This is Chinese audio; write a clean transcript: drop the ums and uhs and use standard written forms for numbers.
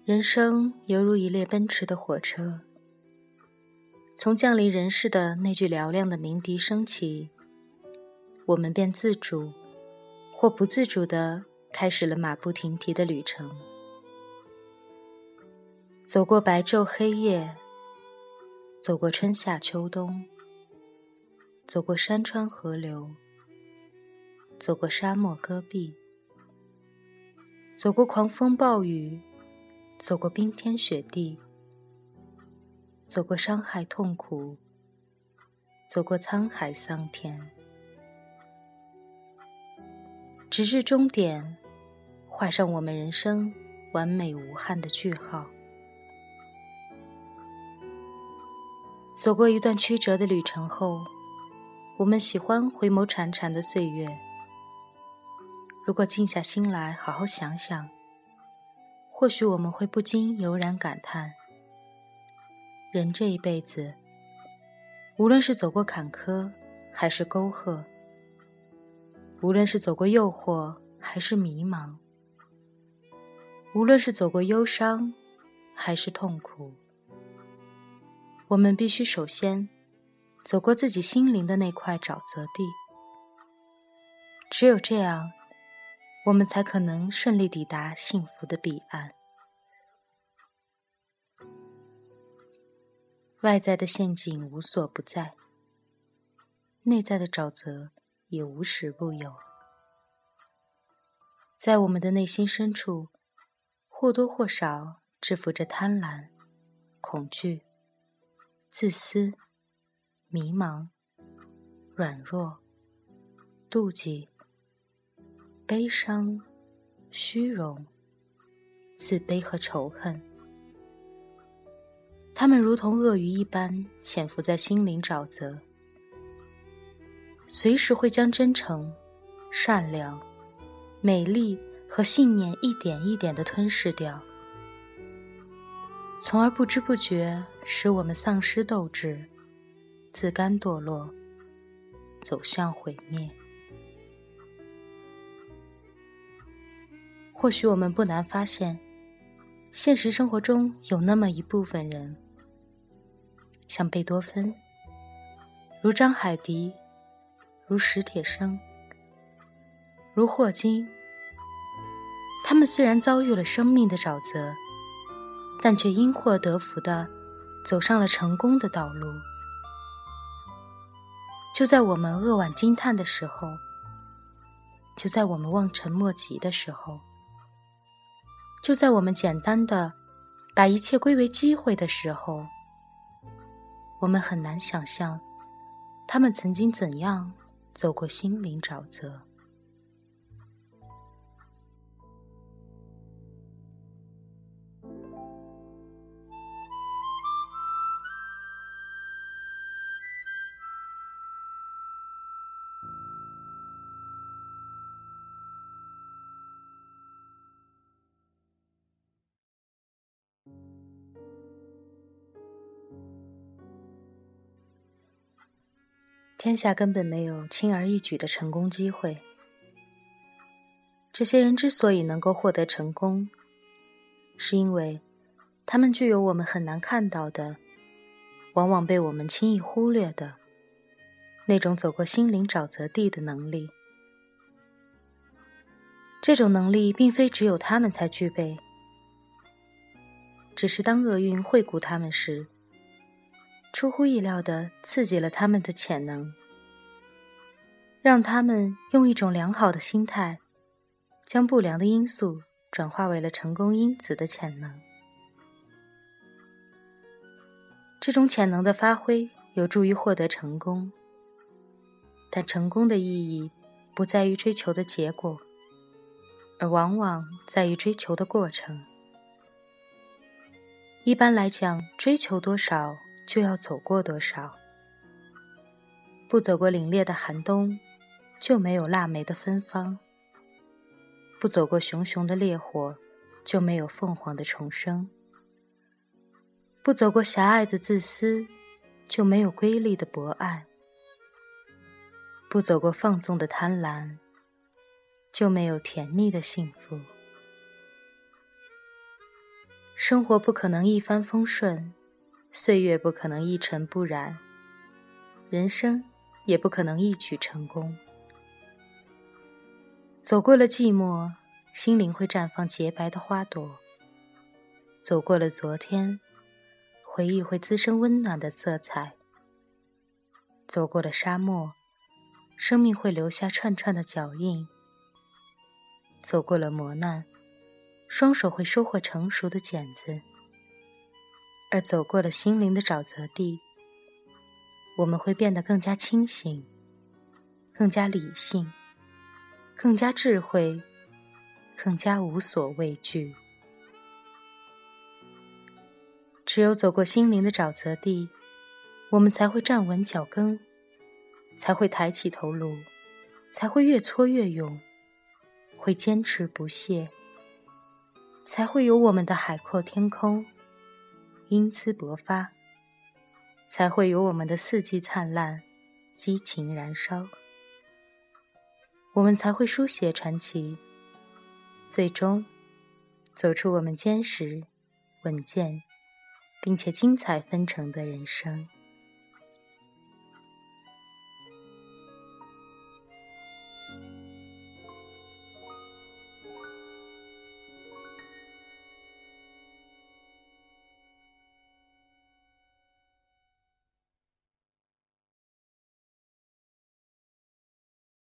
人生犹如一列奔驰的火车，从降临人世的那句嘹亮的鸣笛声起，我们便自主或不自主地开始了马不停蹄的旅程。走过白昼黑夜，走过春夏秋冬，走过山川河流，走过沙漠戈壁，走过狂风暴雨，走过冰天雪地，走过伤害痛苦，走过沧海桑田，直至终点，画上我们人生完美无憾的句号。走过一段曲折的旅程后，我们喜欢回眸潺潺的岁月。如果静下心来好好想想，或许我们会不禁油然感叹，人这一辈子，无论是走过坎坷还是沟壑，无论是走过诱惑还是迷茫，无论是走过忧伤还是痛苦，我们必须首先走过自己心灵的那块沼泽地。只有这样，我们才可能顺利抵达幸福的彼岸。外在的陷阱无所不在，内在的沼泽也无时不有。在我们的内心深处，或多或少蛰伏着贪婪、恐惧、自私、迷茫、软弱、妒忌、悲伤、虚荣、自卑和仇恨。它们如同鳄鱼一般潜伏在心灵沼泽，随时会将真诚、善良、美丽和信念一点一点地吞噬掉，从而不知不觉使我们丧失斗志，自甘堕落，走向毁灭。或许我们不难发现，现实生活中有那么一部分人，像贝多芬，如张海迪，如史铁生，如霍金，他们虽然遭遇了生命的沼泽，但却因祸得福地走上了成功的道路。就在我们扼腕惊叹的时候，就在我们望尘莫及的时候，就在我们简单的把一切归为机会的时候，我们很难想象他们曾经怎样走过心灵沼泽。天下根本没有轻而易举的成功机会。这些人之所以能够获得成功，是因为他们具有我们很难看到的，往往被我们轻易忽略的那种走过心灵沼泽地的能力。这种能力并非只有他们才具备，只是当厄运惠顾他们时，出乎意料地刺激了他们的潜能，让他们用一种良好的心态，将不良的因素转化为了成功因子的潜能。这种潜能的发挥有助于获得成功，但成功的意义不在于追求的结果，而往往在于追求的过程。一般来讲，追求多少就要走过多少，不走过凛冽的寒冬，就没有腊梅的芬芳；不走过熊熊的烈火，就没有凤凰的重生；不走过狭隘的自私，就没有瑰丽的博爱；不走过放纵的贪婪，就没有甜蜜的幸福。 生活不可能一帆风顺，岁月不可能一尘不染，人生也不可能一举成功。走过了寂寞，心灵会绽放洁白的花朵；走过了昨天，回忆会滋生温暖的色彩；走过了沙漠，生命会留下串串的脚印；走过了磨难，双手会收获成熟的茧子；而走过了心灵的沼泽地，我们会变得更加清醒，更加理性，更加智慧，更加无所畏惧。只有走过心灵的沼泽地，我们才会站稳脚跟，才会抬起头颅，才会越挫越勇，会坚持不懈，才会有我们的海阔天空，英姿勃发，才会有我们的四季灿烂，激情燃烧。我们才会书写传奇，最终走出我们坚实、稳健并且精彩纷呈的人生。